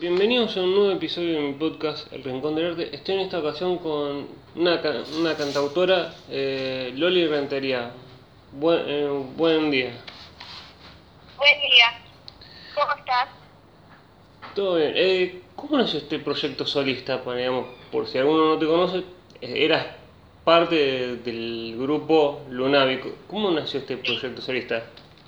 Bienvenidos a un nuevo episodio de mi podcast El Rincón del Arte. Estoy en esta ocasión con una cantautora, Loli Rentería. Buen día. Buen día, ¿cómo estás? Todo bien. ¿Cómo nació este proyecto solista? Digamos, por si alguno no te conoce, eras parte del grupo Lunavi. ¿Cómo nació este Sí, proyecto solista?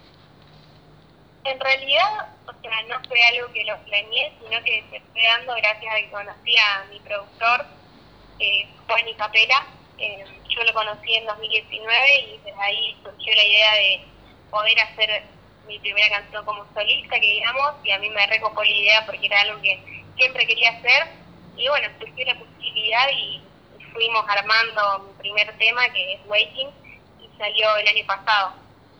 en realidad, o sea, no fue algo que lo planeé, sino que se fue dando gracias a que conocí a mi productor, Juan y Capela. Yo lo conocí en 2019 y desde ahí surgió la idea de poder hacer mi primera canción como solista, que digamos, y a mí me recopó la idea porque era algo que siempre quería hacer. Y bueno, surgió la posibilidad y fuimos armando mi primer tema, que es Waiting, y salió el año pasado.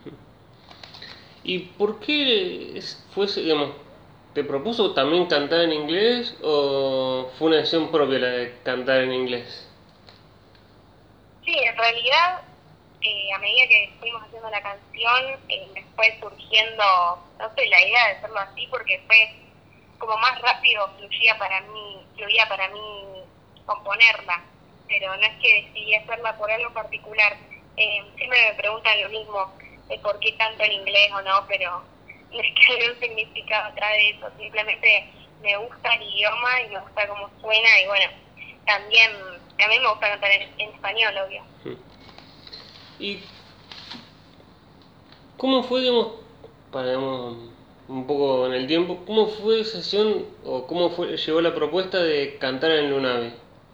¿Y por qué digamos, te propuso también cantar en inglés o fue una decisión propia la de cantar en inglés? Sí, en realidad, a medida que fuimos haciendo la canción, me fue surgiendo, no sé, la idea de hacerlo así porque fue como más rápido fluía para mí componerla, pero no es que decidí hacerla por algo particular. Siempre me preguntan lo mismo, de por qué canto en inglés o no, pero no es que haya un significado atrás de eso, simplemente me gusta el idioma y me gusta cómo suena y bueno, también, también me gusta cantar en español, obvio. ¿Y cómo fue, digamos, digamos, un poco en el tiempo, cómo fue esa sesión o llegó la propuesta de cantar en Lunavi?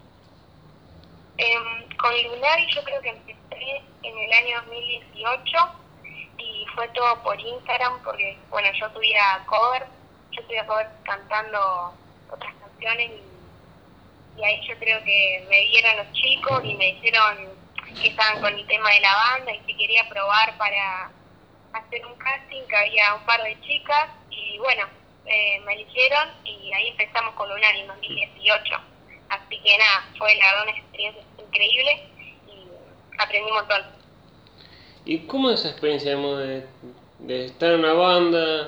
Con Lunari yo creo que empecé en el año 2018 y fue todo por Instagram porque, bueno, yo subía covers cantando otras canciones y ahí yo creo que me vieron los chicos y me dijeron que estaban con el tema de la banda y que quería probar para hacer un casting, que había un par de chicas y bueno, me eligieron y ahí empezamos con Lunari en 2018. Así que nada, fue la verdad una experiencia increíble y aprendí un montón. ¿Y cómo es esa experiencia, digamos, de estar en una banda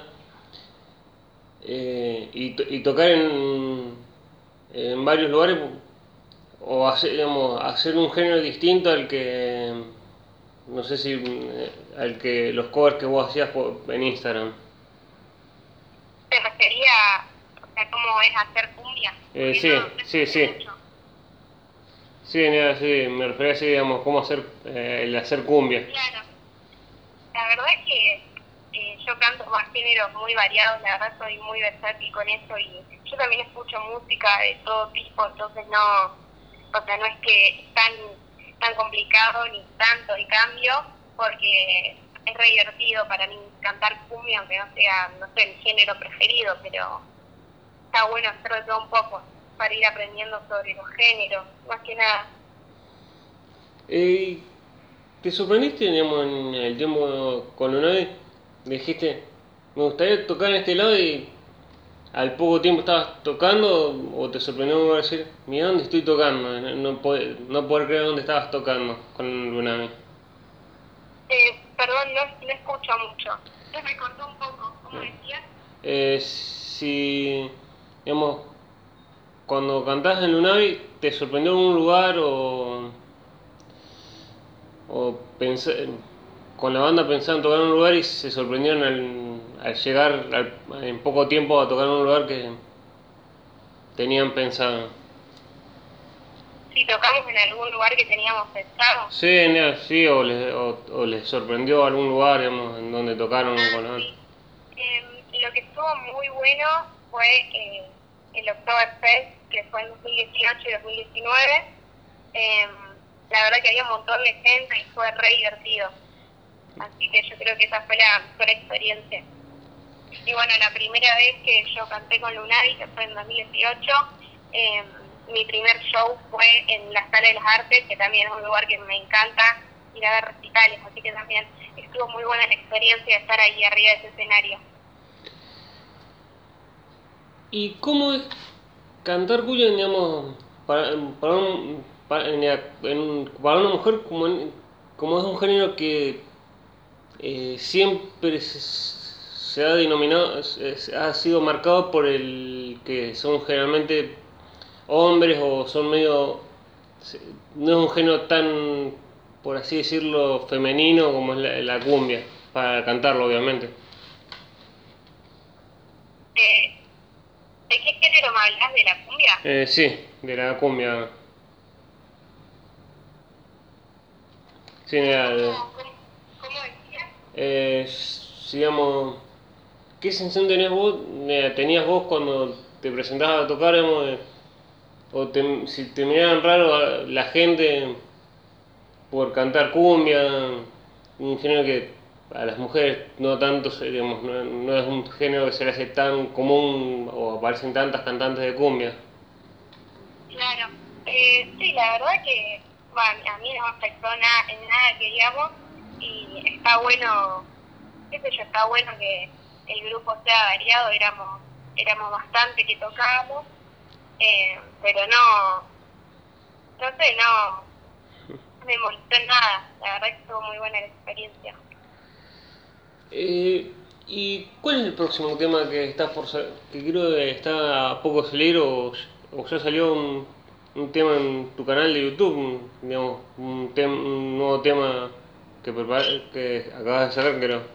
y tocar en varios lugares o hacer, digamos, hacer un género distinto al que, no sé si, al que los covers que vos hacías en Instagram? ¿Te refería, o sea, cómo es hacer cumbia? Porque Sí, no sí, escuché sí. mucho. Sí, sí, me refería así, digamos, cómo hacer el hacer cumbia. Claro, la verdad es que yo canto más géneros muy variados, la verdad soy muy versátil con eso y yo también escucho música de todo tipo, entonces no, o sea, no es que es tan complicado ni tanto el cambio, porque es re divertido para mí cantar cumbia, aunque no sea, no sé, mi género preferido, pero está bueno hacer de todo un poco para ir aprendiendo sobre los géneros, más que nada. Eh, ¿Te sorprendiste, digamos, en el tiempo con Lunavi? Dijiste, me gustaría tocar en este lado y al poco tiempo estabas tocando o te sorprendió decir, mira dónde estoy tocando, no poder creer dónde estabas tocando con Lunavi. Perdón, no escucho mucho. Se me cortó un poco, ¿cómo decías? Si, digamos, cuando cantás en Lunavi, ¿te sorprendió algún lugar o con la banda pensaban tocar en un lugar y se sorprendieron al llegar en poco tiempo a tocar en un lugar que tenían pensado? Si tocamos en algún lugar que teníamos pensado. Sí, sí, o les sorprendió algún lugar, digamos, en donde tocaron Ah, con la banda. sí. Lo que estuvo muy bueno fue el Oktoberfest, que fue en 2018 y 2019. Eh, la verdad que había un montón de gente y fue re divertido. Así que yo creo que esa fue la mejor experiencia. Y bueno, la primera vez que yo canté con Lunari, que fue en 2018, eh, mi primer show fue en la Sala de las Artes, que también es un lugar que me encanta ir a ver recitales, así que también estuvo muy buena la experiencia de estar ahí arriba de ese escenario. ¿Y cómo es cantar cuyo, digamos, para una mujer como es un género que siempre se ha denominado, ha sido marcado por el y que son generalmente hombres o son medio... No es un género tan, por así decirlo, femenino como es la cumbia, para cantarlo obviamente. ¿De qué género me hablas? ¿De la cumbia? Sí, de la cumbia. Sí, mira, ¿Cómo decías? eh, digamos, ¿qué sensación tenías vos cuando te presentabas a tocar, digamos, o si te miraban raro la gente por cantar cumbia, un género que a las mujeres no tanto, digamos, no es un género que se le hace tan común o aparecen tantas cantantes de cumbia? Claro. Sí, la verdad que bueno, a mí no me afectó en nada que digamos y está bueno, qué sé yo, está bueno que el grupo sea variado, éramos bastante que tocábamos, pero no sé, no me molestó en nada, la verdad que estuvo muy buena la experiencia. Eh, ¿Y cuál es el próximo tema que está que creo que está a poco salir o ya salió un tema en tu canal de YouTube, digamos, un nuevo tema que acabas de sacar, creo?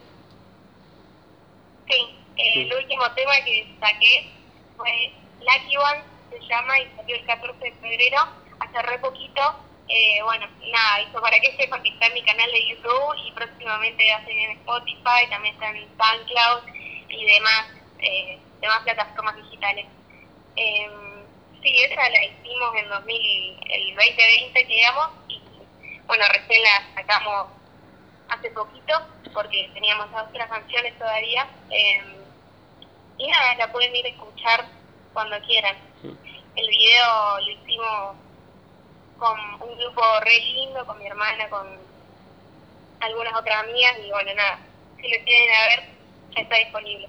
Sí, Mm. el último tema que saqué fue Lucky One, se llama, y salió el 14 de febrero, hace re poquito. Bueno, nada, eso para que sepan que está en mi canal de YouTube y próximamente va a salir en Spotify, también está en SoundCloud y demás plataformas digitales. Eh, sí, esa la hicimos en el 2020, digamos, y bueno, recién la sacamos hace poquito porque teníamos las otras canciones todavía. Y nada, la pueden ir a escuchar cuando quieran. El video lo hicimos con un grupo re lindo, con mi hermana, con algunas otras amigas y bueno, nada, si lo quieren a ver, ya está disponible.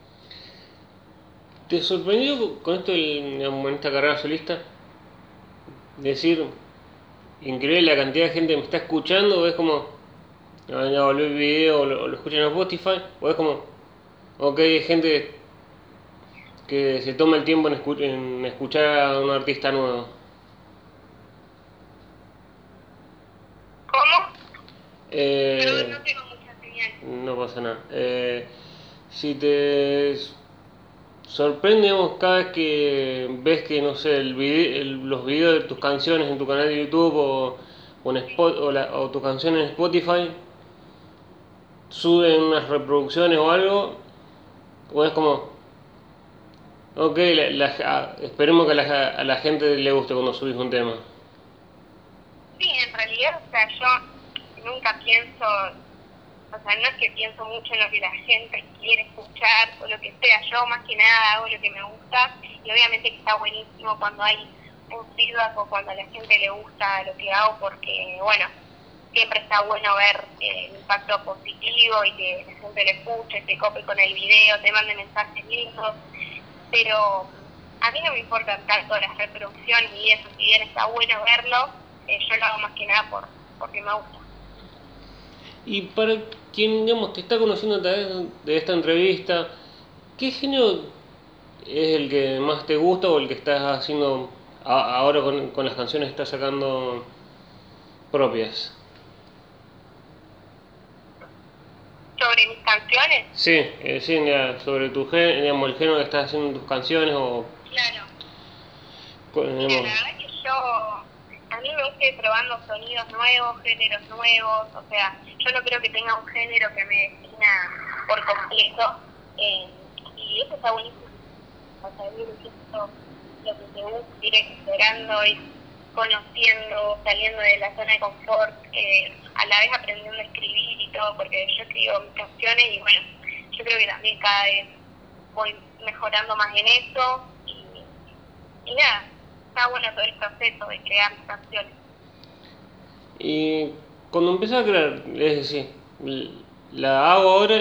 ¿Te sorprendió con esto, digamos, en esta carrera solista? Decir, increíble la cantidad de gente que me está escuchando, o es como, ya volvió el video o lo escuchan en Spotify, o es como, ok, hay gente que se toma el tiempo en escuchar a un artista nuevo. ¿Cómo? Eh, No tengo mucha señal. no pasa nada. Si te sorprende, digamos, cada vez que ves que, no sé, los videos de tus canciones en tu canal de YouTube o tus canciones en Spotify suben unas reproducciones o algo, o es como, ok, esperemos que a la gente le guste cuando subís un tema. Sí, en realidad, o sea, yo nunca pienso, o sea, no es que pienso mucho en lo que la gente quiere escuchar o lo que sea, yo más que nada hago lo que me gusta y obviamente que está buenísimo cuando hay un feedback o cuando a la gente le gusta lo que hago porque, bueno, siempre está bueno ver el impacto positivo y que la gente lo escuche, se cope con el video, te mande mensajes lindos, pero a mí no me importan tanto las reproducciones y eso, si bien está bueno verlo, yo lo hago más que nada porque me gusta. Y para quien, digamos, te está conociendo a través de esta entrevista, ¿qué género es el que más te gusta o el que estás haciendo ahora con las canciones que estás sacando propias? Sobre mis canciones, Sí, sí, mira, sobre tu género, digamos, el género que estás haciendo en tus canciones o... claro. Mira, la digamos, verdad que a mí me gusta ir probando sonidos nuevos, géneros nuevos, o sea, yo no creo que tenga un género que me defina por completo, y eso está buenísimo, o sea, ir haciendo lo que te gusta, ir explorando, ir conociendo, saliendo de la zona de confort, a la vez aprendiendo a escribir y todo, porque yo escribo mis canciones y bueno, yo creo que también cada vez voy mejorando más en eso y nada, está bueno todo el proceso de crear canciones. y cuando empiezas a crear, es decir, la hago ahora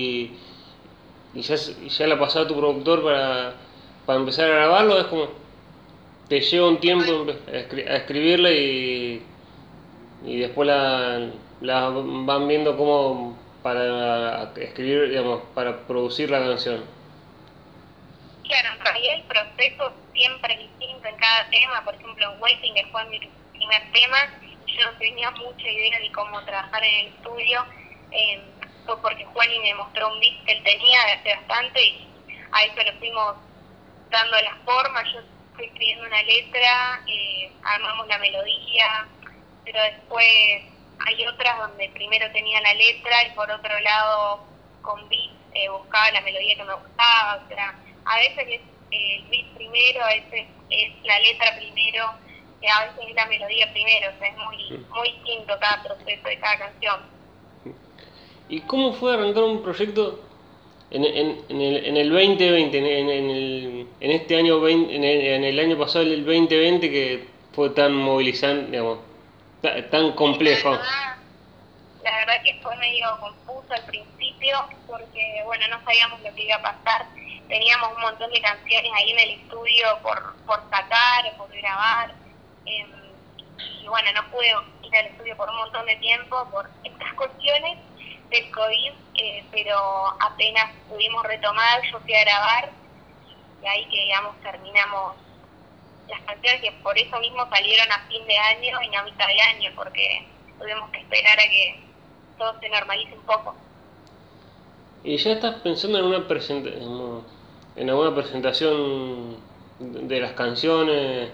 y ya la pasaba a tu productor para empezar a grabarlo, es como, te lleva un tiempo a escribirla y después la van viendo como para escribir, digamos, para producir la canción. Claro, en realidad el proceso siempre es distinto en cada tema. Por ejemplo, en Waiting, que fue mi primer tema, yo no tenía mucha idea de cómo trabajar en el estudio. Fue porque Juani me mostró un beat que él tenía de hace bastante y a eso le fuimos dando la forma. Yo fui escribiendo una letra, armamos la melodía, pero después hay otras donde primero tenía la letra y por otro lado con beat buscaba la melodía que me gustaba. O sea, a veces es el beat primero, a veces es la letra primero, y a veces es la melodía primero. O sea, es muy distinto cada proceso de cada canción. ¿Y cómo fue arrancar un proyecto en el 2020, en este año 20, en el año pasado, el 2020, que fue tan movilizante, digamos, tan complejo? La verdad que fue medio confuso al principio porque, bueno, no sabíamos lo que iba a pasar. Teníamos un montón de canciones ahí en el estudio por sacar, por grabar. Y bueno, no pude ir al estudio por un montón de tiempo por estas cuestiones del COVID, pero apenas pudimos retomar, yo fui a grabar y ahí que, digamos, terminamos las canciones, que por eso mismo salieron a fin de año y no a mitad de año, porque tuvimos que esperar a que todo se normalice un poco. ¿Y ya estás pensando en en alguna presentación de las canciones?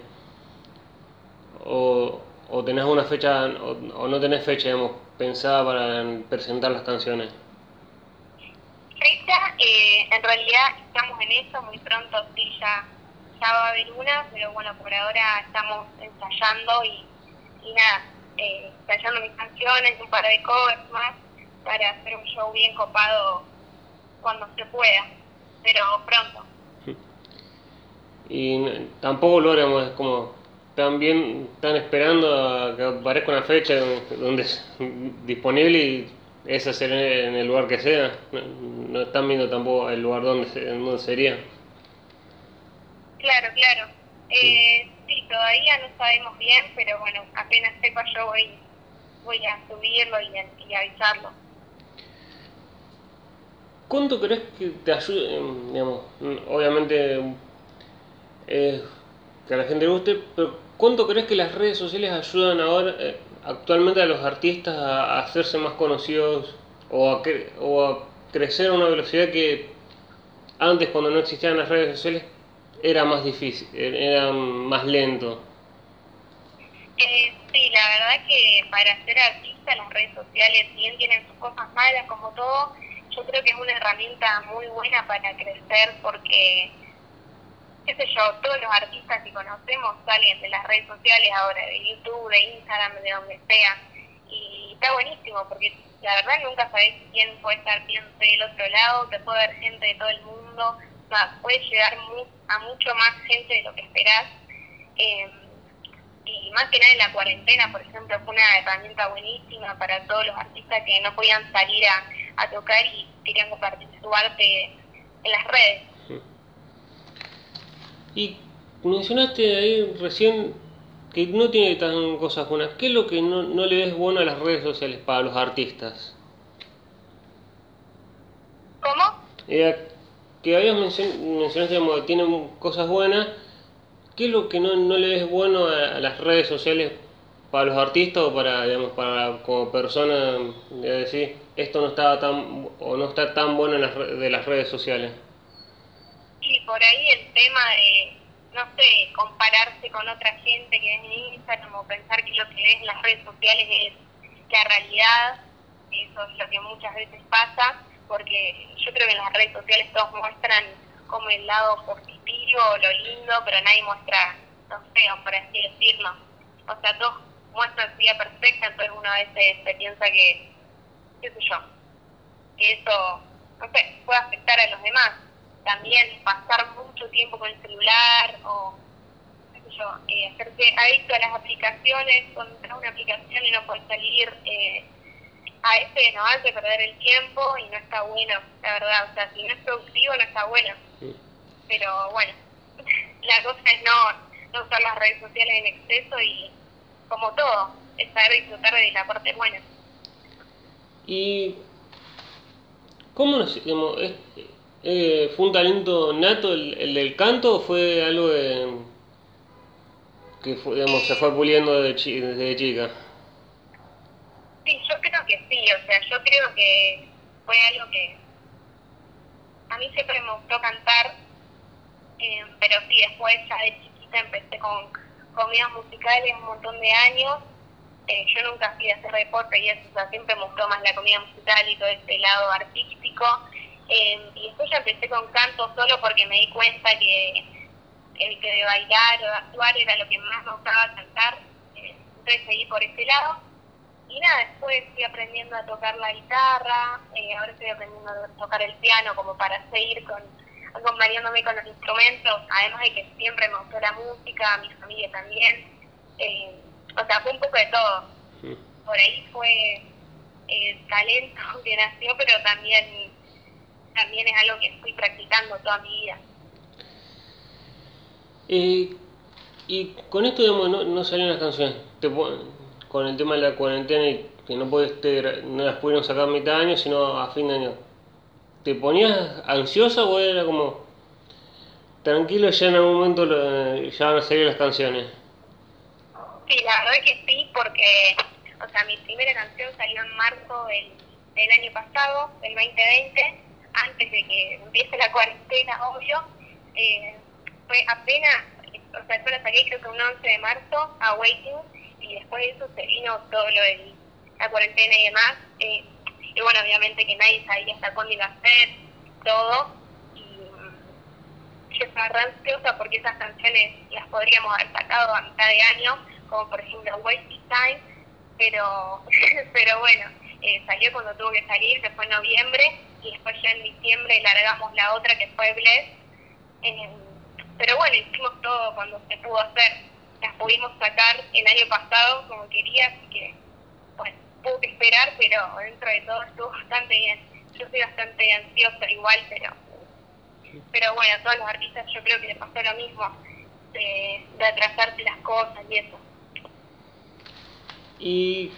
¿O tenés una fecha, o no tenés fecha, digamos, pensada para presentar las canciones? Fecha, en realidad estamos en eso, muy pronto sí ya va a haber una, pero bueno, por ahora estamos ensayando y nada, ensayando mis canciones, un par de covers más, para hacer un show bien copado cuando se pueda, pero pronto. Y tampoco logramos, es como, están esperando a que aparezca una fecha donde es disponible y es hacer en el lugar que sea. No están viendo tampoco el lugar donde sería. Claro, claro. Sí, todavía no sabemos bien, pero bueno, apenas sepa yo voy a subirlo y avisarlo. ¿Cuánto crees que te ayude, digamos, obviamente que a la gente le guste, pero cuánto crees que las redes sociales ayudan ahora, actualmente, a los artistas a hacerse más conocidos o a crecer a una velocidad que antes, cuando no existían las redes sociales, era más difícil, era más lento? Sí, la verdad que para ser artista las redes sociales, si bien tienen sus cosas malas como todo, yo creo que es una herramienta muy buena para crecer porque, qué sé yo, todos los artistas que conocemos salen de las redes sociales ahora, de YouTube, de Instagram, de donde sea. Y está buenísimo porque la verdad nunca sabés quién puede estar viendo del otro lado, te puede ver gente de todo el mundo, o sea, puedes llegar a mucho más gente de lo que esperás. Y más que nada en la cuarentena, por ejemplo, fue una herramienta buenísima para todos los artistas que no podían salir a tocar y querían compartir su arte en las redes. Y mencionaste ahí recién que no tiene tan cosas buenas. ¿Qué es lo que no le ves bueno a las redes sociales para los artistas? ¿Cómo? Que mencionaste, digamos, que tienen cosas buenas. ¿Qué es lo que no le ves bueno a las redes sociales para los artistas o para, digamos, para como persona, de decir, esto no estaba tan, o no está tan bueno de las redes sociales? Y por ahí el tema de, no sé, compararse con otra gente que ves en Instagram o pensar que lo que ves en las redes sociales es la realidad. Eso es lo que muchas veces pasa, porque yo creo que en las redes sociales todos muestran como el lado positivo, lo lindo, pero nadie muestra lo feo, por así decirlo. O sea, todos muestran su vida perfecta, entonces uno a veces se piensa que, qué sé yo, que eso, no sé, puede afectar a los demás. También pasar mucho tiempo con el celular o, qué sé yo, hacerse adicto a las aplicaciones, cuando entras a una aplicación y no puedes salir, a veces nos hace perder el tiempo y no está bueno, la verdad. O sea, si no es productivo no está bueno. Pero bueno, la cosa es no usar las redes sociales en exceso y, como todo, es saber disfrutar de la parte buena. Y ¿cómo digamos, ¿Fue un talento nato el del canto o fue algo que fue, digamos, se fue puliendo desde chica? Sí, yo creo que sí, o sea, yo creo que fue algo que a mí siempre me gustó cantar, pero sí, después ya de chiquita empecé con videos musicales un montón de años. Yo nunca fui a hacer deporte y eso, o sea, siempre me gustó más la comida musical y todo ese lado artístico. Y después ya empecé con canto solo porque me di cuenta que de bailar o de actuar era lo que más me gustaba cantar. Entonces seguí por ese lado. Y nada, después fui aprendiendo a tocar la guitarra, ahora estoy aprendiendo a tocar el piano como para seguir acompañándome con los instrumentos, además de que siempre me gustó la música, mi familia también. O sea, fue un poco de todo. Por ahí fue el talento que nació, pero también es algo que estoy practicando toda mi vida. Y con esto, digamos, no salieron las canciones. Con el tema de la cuarentena y que no las pudieron sacar a mitad de año, sino a fin de año. ¿Te ponías ansiosa o era como tranquilo, ya en algún momento ya van a salir las canciones? Sí, la verdad que sí, porque, o sea, mi primera canción salió en marzo del año pasado, del 2020, antes de que empiece la cuarentena, obvio. Fue apenas, o sea, yo la saqué creo que un 11 de marzo, a Waiting, y después de eso se vino todo lo de la cuarentena y demás. Y bueno, obviamente que nadie sabía hasta cuándo iba a ser, todo. Yo estaba re ansiosa porque esas canciones las podríamos haber sacado a mitad de año, como por ejemplo Wasting Time, pero, pero bueno, salió cuando tuvo que salir, que fue en noviembre, y después ya en diciembre largamos la otra que fue Bless. Pero bueno, hicimos todo cuando se pudo hacer. Las pudimos sacar el año pasado como quería, así que bueno, tuve que esperar, pero dentro de todo estuvo bastante bien. Yo soy bastante ansiosa igual, pero bueno, a todos los artistas yo creo que les pasó lo mismo, de atrasarse las cosas y eso. Y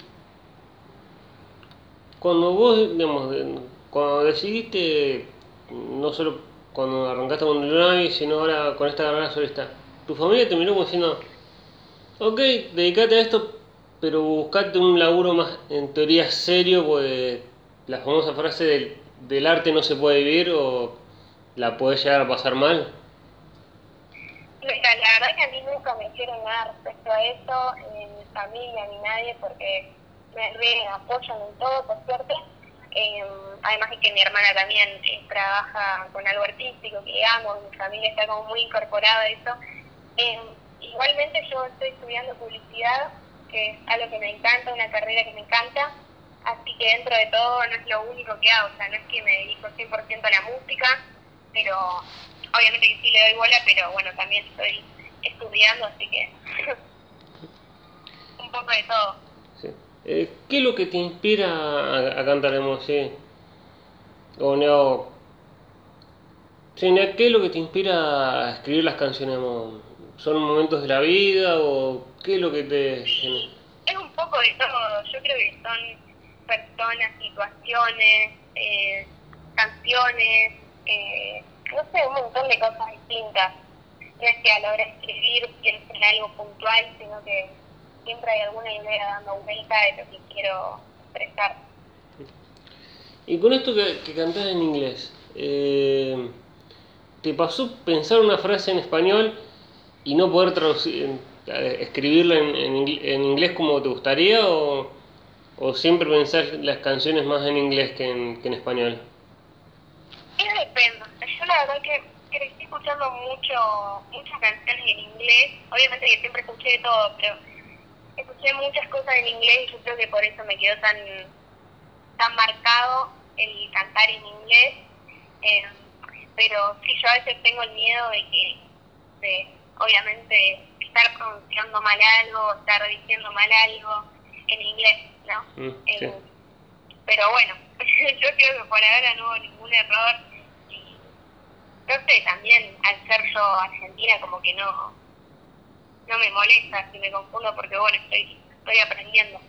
cuando vos, digamos, cuando decidiste, no solo cuando arrancaste con el Navi, sino ahora con esta carrera solista, ¿tu familia te miró como diciendo, ok, dedicate a esto, pero buscate un laburo más, en teoría, serio, pues la famosa frase del arte no se puede vivir o la podés llegar a pasar mal? Mira, la verdad que a mí nunca me hicieron nada respecto a eso, ni mi familia ni nadie, porque me apoyan en todo, por suerte. Además de que mi hermana también trabaja con algo artístico, que digamos, mi familia está como muy incorporada a eso. Igualmente yo estoy estudiando publicidad, que es algo que me encanta, una carrera que me encanta, así que dentro de todo no es lo único que hago, o sea, no es que me dedico 100% a la música, pero obviamente que sí le doy bola, pero bueno, también estoy estudiando, así que un poco de todo. Sí. ¿Qué es lo que te inspira a cantar, digamos, sí? O no, sí, ¿qué es lo que te inspira a escribir las canciones, digamos? ¿Son momentos de la vida o qué es lo que te genera? Sí, es un poco de todo, yo creo que son personas, situaciones, canciones, no sé, un montón de cosas distintas. No es que a la hora de escribir pienso en algo puntual, sino que siempre hay alguna idea dando vuelta de lo que quiero expresar. Y con esto que cantás en inglés, ¿te pasó pensar una frase en español y no poder traducir, escribirla en inglés como te gustaría o siempre pensás las canciones más en inglés que en español? Eso depende. Yo la verdad que crecí escuchando muchas canciones en inglés. Obviamente que siempre escuché de todo, pero escuché muchas cosas en inglés y yo creo que por eso me quedó tan marcado el cantar en inglés. Eh, pero sí, yo a veces tengo el miedo obviamente, estar pronunciando mal algo, estar diciendo mal algo en inglés, ¿no? Sí. Pero bueno, yo creo que por ahora no hubo ningún error. Y no sé, también al ser yo argentina como que no me molesta si me confundo porque bueno, estoy aprendiendo.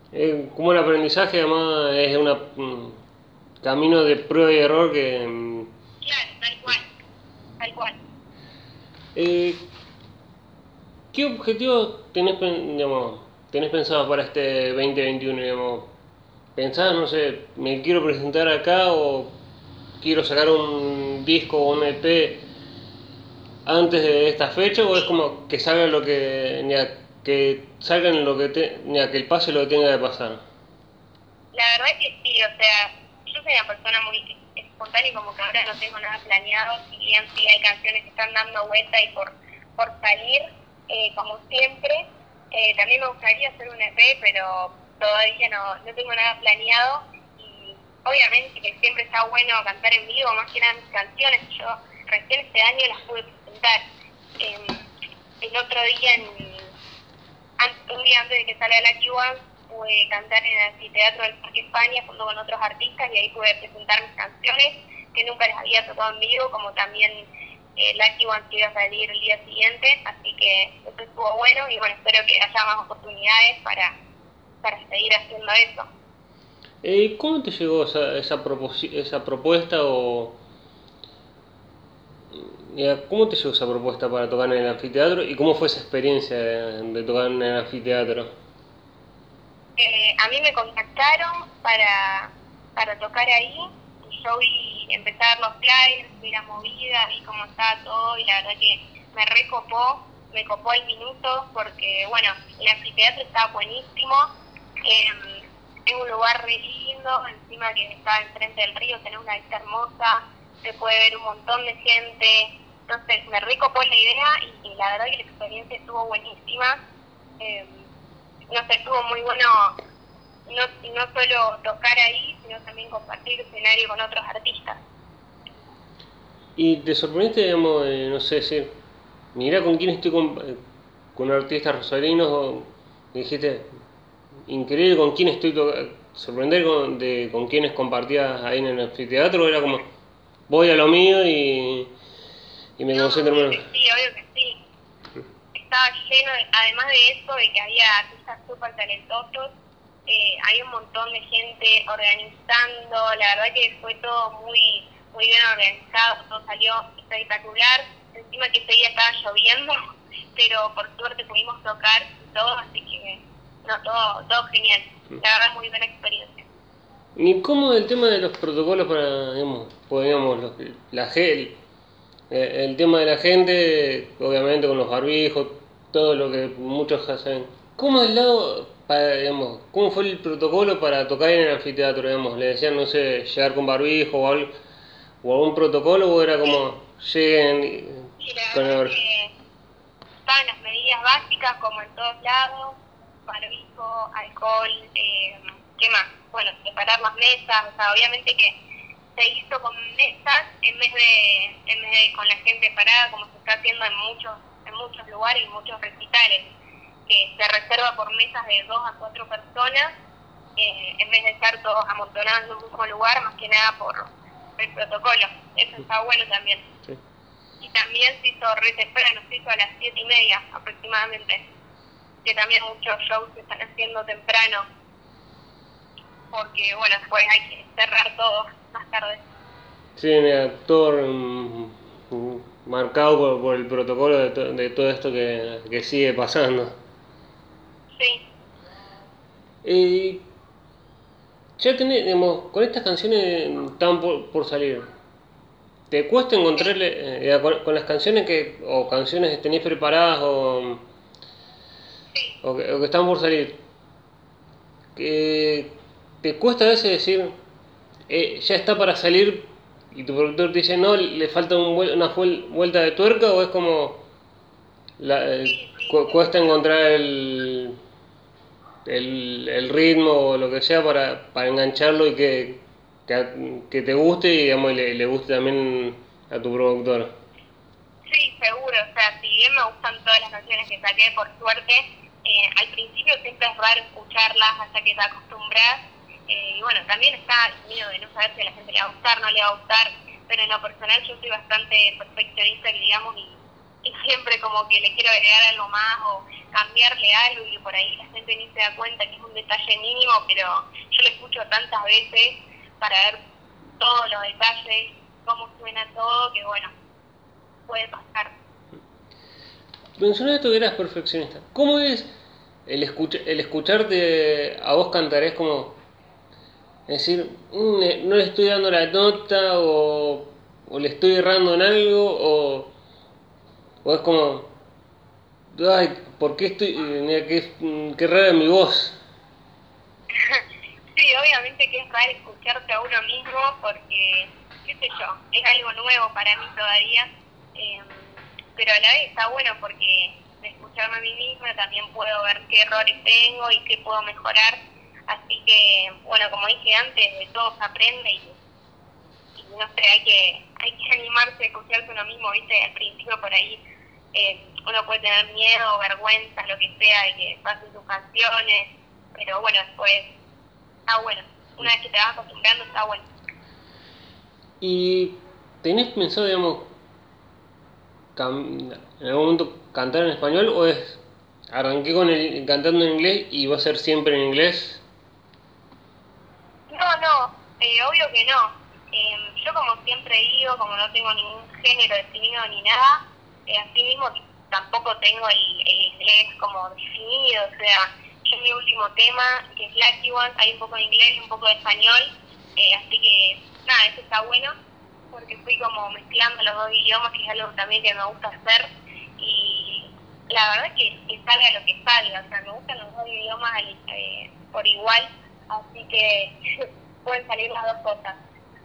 Como el aprendizaje además es un camino de prueba y error que Claro, tal cual. Eh, ¿Qué objetivos tenés pensado para este 2021, digamos? ¿Pensás, no sé, me quiero presentar acá o quiero sacar un disco o un EP antes de esta fecha o es como que salga lo que, que salgan lo que que el pase lo que tenga que pasar? La verdad es que sí, o sea, yo soy una persona muy espontánea y como que ahora no tengo nada planeado, si bien sí hay canciones que están dando vuelta y por salir, como siempre. También me gustaría hacer un EP, pero todavía no tengo nada planeado y obviamente que siempre está bueno cantar en vivo, más que nada mis canciones. Yo recién este año las pude presentar. El otro día, un día antes de que salga Lucky One, pude cantar en el anfiteatro del Parque España junto con otros artistas y ahí pude presentar mis canciones que nunca les había tocado en vivo, como también Lucky One que iba a salir el día siguiente, así que eso estuvo bueno y bueno, espero que haya más oportunidades para seguir haciendo eso. ¿Cómo te llegó esa propuesta o cómo te llegó esa propuesta para tocar en el anfiteatro y cómo fue esa experiencia de tocar en el anfiteatro? A mí me contactaron para tocar ahí y yo empecé a ver los flyers, vi la movida, vi cómo estaba todo y la verdad que me copó el minuto porque bueno, el anfiteatro estaba buenísimo, es un lugar re lindo, encima que está enfrente del río, tenés una vista hermosa, se puede ver un montón de gente, entonces me recopó la idea y la verdad que la experiencia estuvo buenísima. No sé, estuvo muy bueno no solo tocar ahí, sino también compartir escenario con otros artistas. ¿Y te sorprendiste, digamos, no sé, decir, mira con quién estoy con artistas rosarinos o dijiste, increíble con quién estoy tocando, sorprender con quiénes compartías ahí en el anfiteatro, era como, voy a lo mío y me No, concentro menos? obvio que sí. Estaba lleno, además de eso, de que había artistas súper talentosos, hay un montón de gente organizando, la verdad que fue todo muy bien organizado, todo salió espectacular, encima que ese día estaba lloviendo, pero por suerte pudimos tocar y todo, así que no, todo genial, la verdad muy buena experiencia. ¿Y cómo el tema de los protocolos para, digamos, pues, digamos, la gel, el tema de la gente, obviamente con los barbijos, todo lo que muchos hacen. ¿Cómo el lado, digamos, cómo fue el protocolo para tocar en el anfiteatro, digamos? ¿Le decían, no sé, llegar con barbijo o algún protocolo o era como lleguen Y la con el verdad barbijo? que estaban las medidas básicas como en todos lados, barbijo, alcohol, ¿qué más? Bueno, separar las mesas, o sea, obviamente que se hizo con mesas en vez de con la gente parada como se está haciendo en muchos lugares y muchos recitales, que se reserva por mesas de 2 a 4 personas, en vez de estar todos amontonados en un mismo lugar, más que nada por el protocolo. Eso está bueno también. Sí. Y también se hizo re temprano, se hizo a las 7:30 aproximadamente, que también muchos shows se están haciendo temprano, porque bueno, después hay que cerrar todo más tarde. Sí, mira, todo marcado por el protocolo de todo esto que sigue pasando. Sí, Y ya tenés, digamos, con estas canciones están por salir. ¿Te cuesta sí, encontrarle, con las canciones o canciones que tenéis preparadas sí. o que están por salir, que te cuesta a veces decir, ya está para salir y tu productor te dice, no, le falta una vuelta de tuerca o es como, cuesta encontrar el ritmo o lo que sea para engancharlo y que te guste y digamos, le guste también a tu productor? Sí, seguro, o sea, si bien me gustan todas las canciones que saqué, por suerte, al principio siempre es raro escucharlas hasta que te acostumbras, y bueno, también está el miedo de no saber si a la gente le va a gustar, no le va a gustar, pero en lo personal yo soy bastante perfeccionista, que digamos, y siempre como que le quiero agregar algo más o cambiarle algo y por ahí la gente ni se da cuenta que es un detalle mínimo, pero yo lo escucho tantas veces para ver todos los detalles cómo suena todo, que bueno, puede pasar. Mencionaste que eras perfeccionista. ¿Cómo es el escucharte a vos cantar? Es como decir, no le estoy dando la nota o le estoy errando en algo o es como, ay, ¿por qué estoy, mira, qué rara mi voz? Sí, obviamente que es raro escucharte a uno mismo porque, qué sé yo, es algo nuevo para mí todavía, eh, pero a la vez está bueno porque de escucharme a mí misma también puedo ver qué errores tengo y qué puedo mejorar, así que, bueno, como dije antes, de todo se aprende y no sé, hay que animarse a escucharse uno mismo, viste, al principio por ahí uno puede tener miedo, vergüenza, lo que sea, de que pasen sus canciones, pero bueno, después está bueno. Una vez que te vas acostumbrando, está bueno. ¿Y tenés pensado, digamos, en algún momento cantar en español o es arranqué con el cantando en inglés y va a ser siempre en inglés? No, obvio que no. Yo como siempre digo, como no tengo ningún género definido ni nada, así mismo tampoco tengo el inglés como definido. O sea, yo en mi último tema, que es Lucky One, hay un poco de inglés y un poco de español, así que nada, eso está bueno, porque fui como mezclando los dos idiomas, que es algo también que me gusta hacer, y la verdad es que salga lo que salga, o sea, me gustan los dos idiomas por igual, así que pueden salir las dos cosas.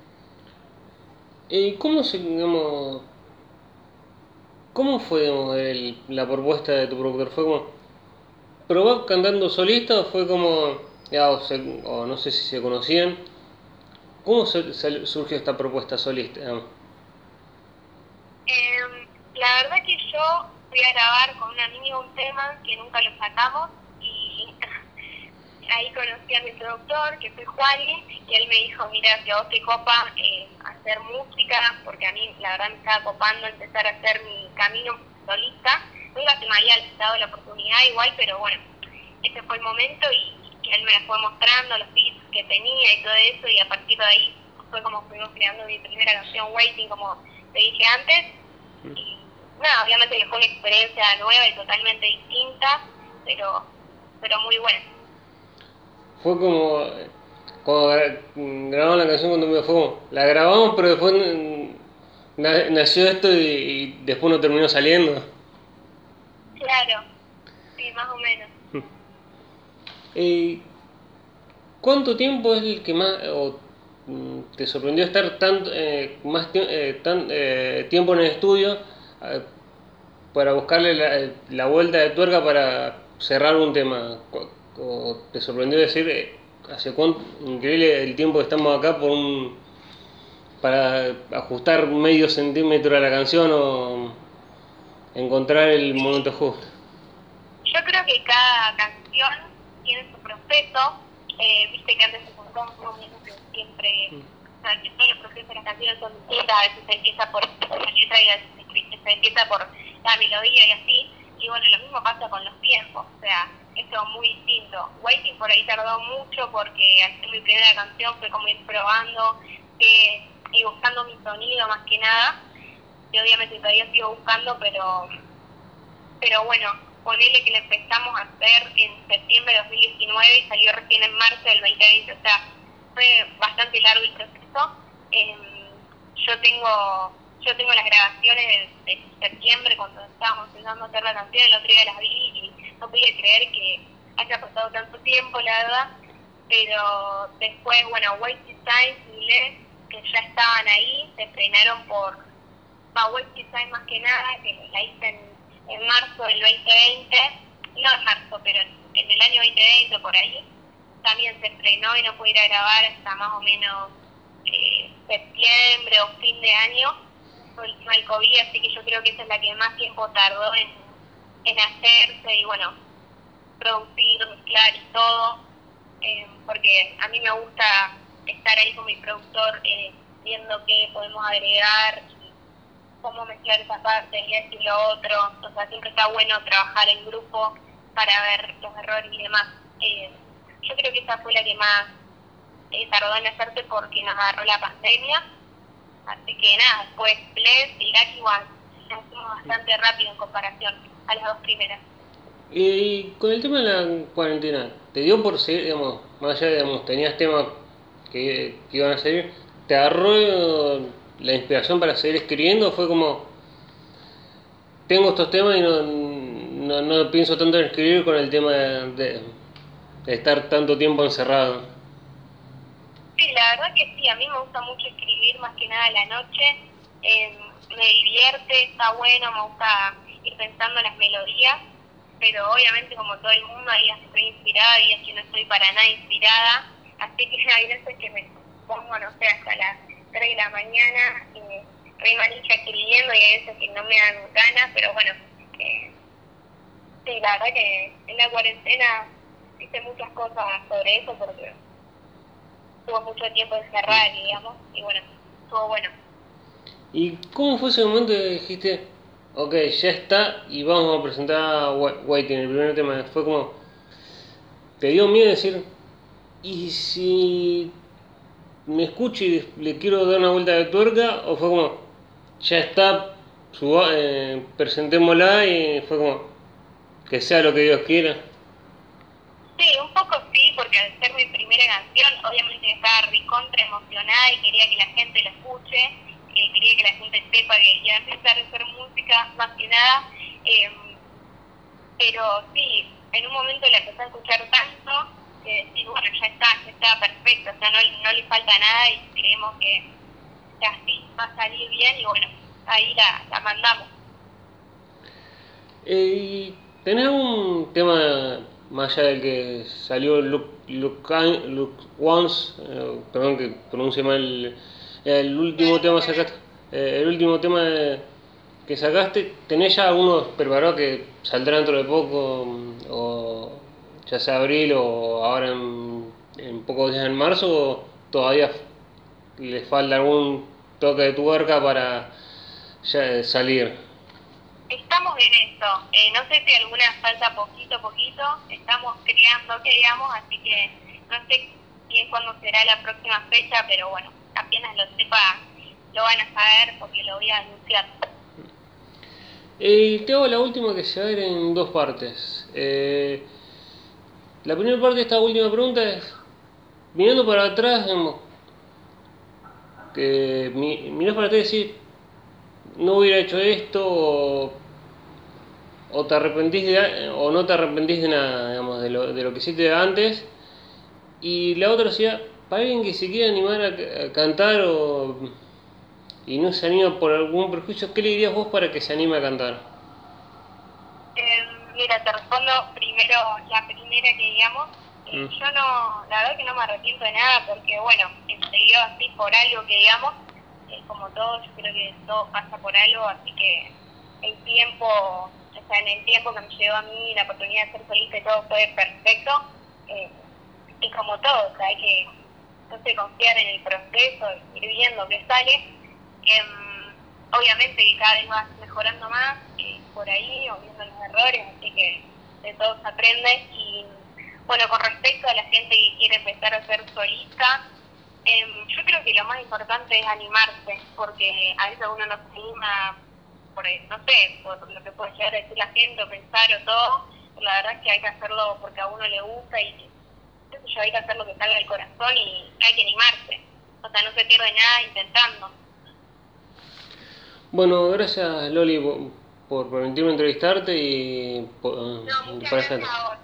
¿Cómo se, digamos, cómo fue, digamos, la propuesta de tu productor? ¿Fue como probar cantando solista o fue como, ya, o no sé si se conocían? ¿Cómo surgió esta propuesta solista, digamos? La verdad que yo fui a grabar con un amigo un tema que nunca lo sacamos y ahí conocí a mi productor, que fue Juani, y él me dijo, mira, si a vos te copa hacer música, porque a mí la verdad me estaba copando empezar a hacer mi camino solista, nunca se me había dado la oportunidad igual, pero bueno, ese fue el momento y él me la fue mostrando, los beats que tenía y todo eso, y a partir de ahí fue como fuimos creando mi primera canción, Waiting, como te dije antes, y nada, obviamente que fue una experiencia nueva y totalmente distinta, pero muy buena. Fue como cuando grabamos la canción cuando me fue como, la grabamos pero después nació esto y después no terminó saliendo. Claro, sí, más o menos. Eh, ¿Cuánto tiempo es el que más te sorprendió estar tiempo en el estudio eh, para buscarle la vuelta de tuerca para cerrar un tema? ¿O te sorprendió decir hace cuánto increíble el tiempo que estamos acá para ajustar medio centímetro a la canción o encontrar el momento justo? Yo creo que cada canción tiene su proceso. Viste que antes se contaba un mismo que siempre, o sea, que todos los procesos de las canciones son distintas. A veces se empieza por la letra y a veces se empieza por la melodía y así. Y bueno, lo mismo pasa con los tiempos. O sea, esto es muy distinto. Waiting por ahí tardó mucho porque al ser mi primera canción fue como ir probando y buscando mi sonido más que nada. Y obviamente todavía sigo buscando, pero bueno, ponele que lo empezamos a hacer en septiembre de 2019 y salió recién en marzo del 2020, o sea, fue bastante largo el proceso. Eh, yo tengo las grabaciones de septiembre cuando estábamos empezando a hacer la canción, el otro día las vi y no podía creer que haya pasado tanto tiempo, la verdad, pero después, bueno, Wasted Time y Les, que ya estaban ahí, se frenaron por Wasted Time más que nada, que la hice en marzo del 2020, no en marzo, pero en el año 2020 por ahí, también se frenó y no pude ir a grabar hasta más o menos septiembre o fin de año, por el tema del COVID, así que yo creo que esa es la que más tiempo tardó en hacerse y bueno, producir, mezclar y todo, porque a mí me gusta estar ahí con mi productor viendo qué podemos agregar y cómo mezclar esa parte y esto y lo otro. O sea, siempre está bueno trabajar en grupo para ver los errores y demás. Yo creo que esa fue la que más tardó en hacerse porque nos agarró la pandemia Así que nada, después Bled y Irak igual, la hicimos bastante rápido en comparación a las dos primeras. Y con el tema de la cuarentena, ¿te dio por seguir, digamos, más allá de, digamos, tenías temas que iban a salir, ¿te agarró la inspiración para seguir escribiendo? ¿O fue como, tengo estos temas y no pienso tanto en escribir con el tema de estar tanto tiempo encerrado? Sí, la verdad que sí, a mí me gusta mucho escribir más que nada a la noche, me divierte, está bueno, me gusta ir pensando en las melodías, pero obviamente como todo el mundo hay días que estoy inspirada y días que no estoy para nada inspirada, así que hay veces que me pongo, no sé, hasta las 3 de la mañana re manija escribiendo y hay veces que no me dan ganas, pero bueno, sí, la verdad que en la cuarentena hice muchas cosas sobre eso porque estuvo mucho tiempo encerrada, digamos, y bueno, estuvo bueno. ¿Y cómo fue ese momento que dijiste, ok, ya está y vamos a presentar a Waiting, el primer tema? Fue como, ¿te dio miedo decir, y si me escucho y le quiero dar una vuelta de tuerca? ¿O fue como, ya está, presentémosla y fue como, que sea lo que Dios quiera? Sí, un poco sí, porque al ser mi primera canción, obviamente estaba recontra emocionada y quería que la gente la escuche, quería que la gente sepa que ya empezar a hacer música, más que nada. Eh, pero sí, en un momento la empecé a escuchar tanto que decir, bueno, ya está perfecto, o sea, no le falta nada y creemos que así va a salir bien y bueno, ahí la mandamos. ¿Y tenés un tema más allá del que salió Look Once? Perdón que pronuncie mal el último tema sacaste, el último tema que sacaste, ¿tenés ya algunos preparados que saldrán dentro de poco, o ya sea abril o ahora en pocos días en marzo, o todavía les falta algún toque de tuerca para ya salir? Estamos en esto. No sé si alguna falta poquito a poquito. Estamos creando, que digamos, así que no sé bien cuándo será la próxima fecha, pero bueno, apenas lo sepa, lo van a saber porque lo voy a anunciar. Y te hago la última que se va a ver en dos partes. La primera parte de esta última pregunta es, mirando para atrás, digamos, que mirás para atrás y decís, no hubiera hecho esto, o te arrepentís o no te arrepentís de nada, digamos, de lo que hiciste antes. Y la otra sería, para alguien que se quiera animar a cantar y no se anima por algún prejuicio, ¿qué le dirías vos para que se anime a cantar? Mira, te respondo primero la primera que digamos. Mm. Yo no, la verdad que no me arrepiento de nada porque, bueno, se dio así por algo que digamos, como todo, yo creo que todo pasa por algo, así que el tiempo, o sea, en el tiempo que me llevó a mí la oportunidad de ser solista y todo fue perfecto, eh, y como todo, o sea, hay que, no sé, confiar en el proceso, ir viendo qué sale. Obviamente que cada vez vas mejorando más por ahí o viendo los errores, así que de todo se aprende. Y bueno, con respecto a la gente que quiere empezar a ser solista, yo creo que lo más importante es animarse, porque a veces uno no se anima por, no sé, por lo que puede llegar a decir la gente o pensar o todo, pero la verdad es que hay que hacerlo porque a uno le gusta y qué sé yo, hay que hacer lo que salga del corazón y hay que animarse. O sea, no se pierde nada intentando. Bueno, gracias Loli por permitirme entrevistarte y No, muchas para gracias esta a vos.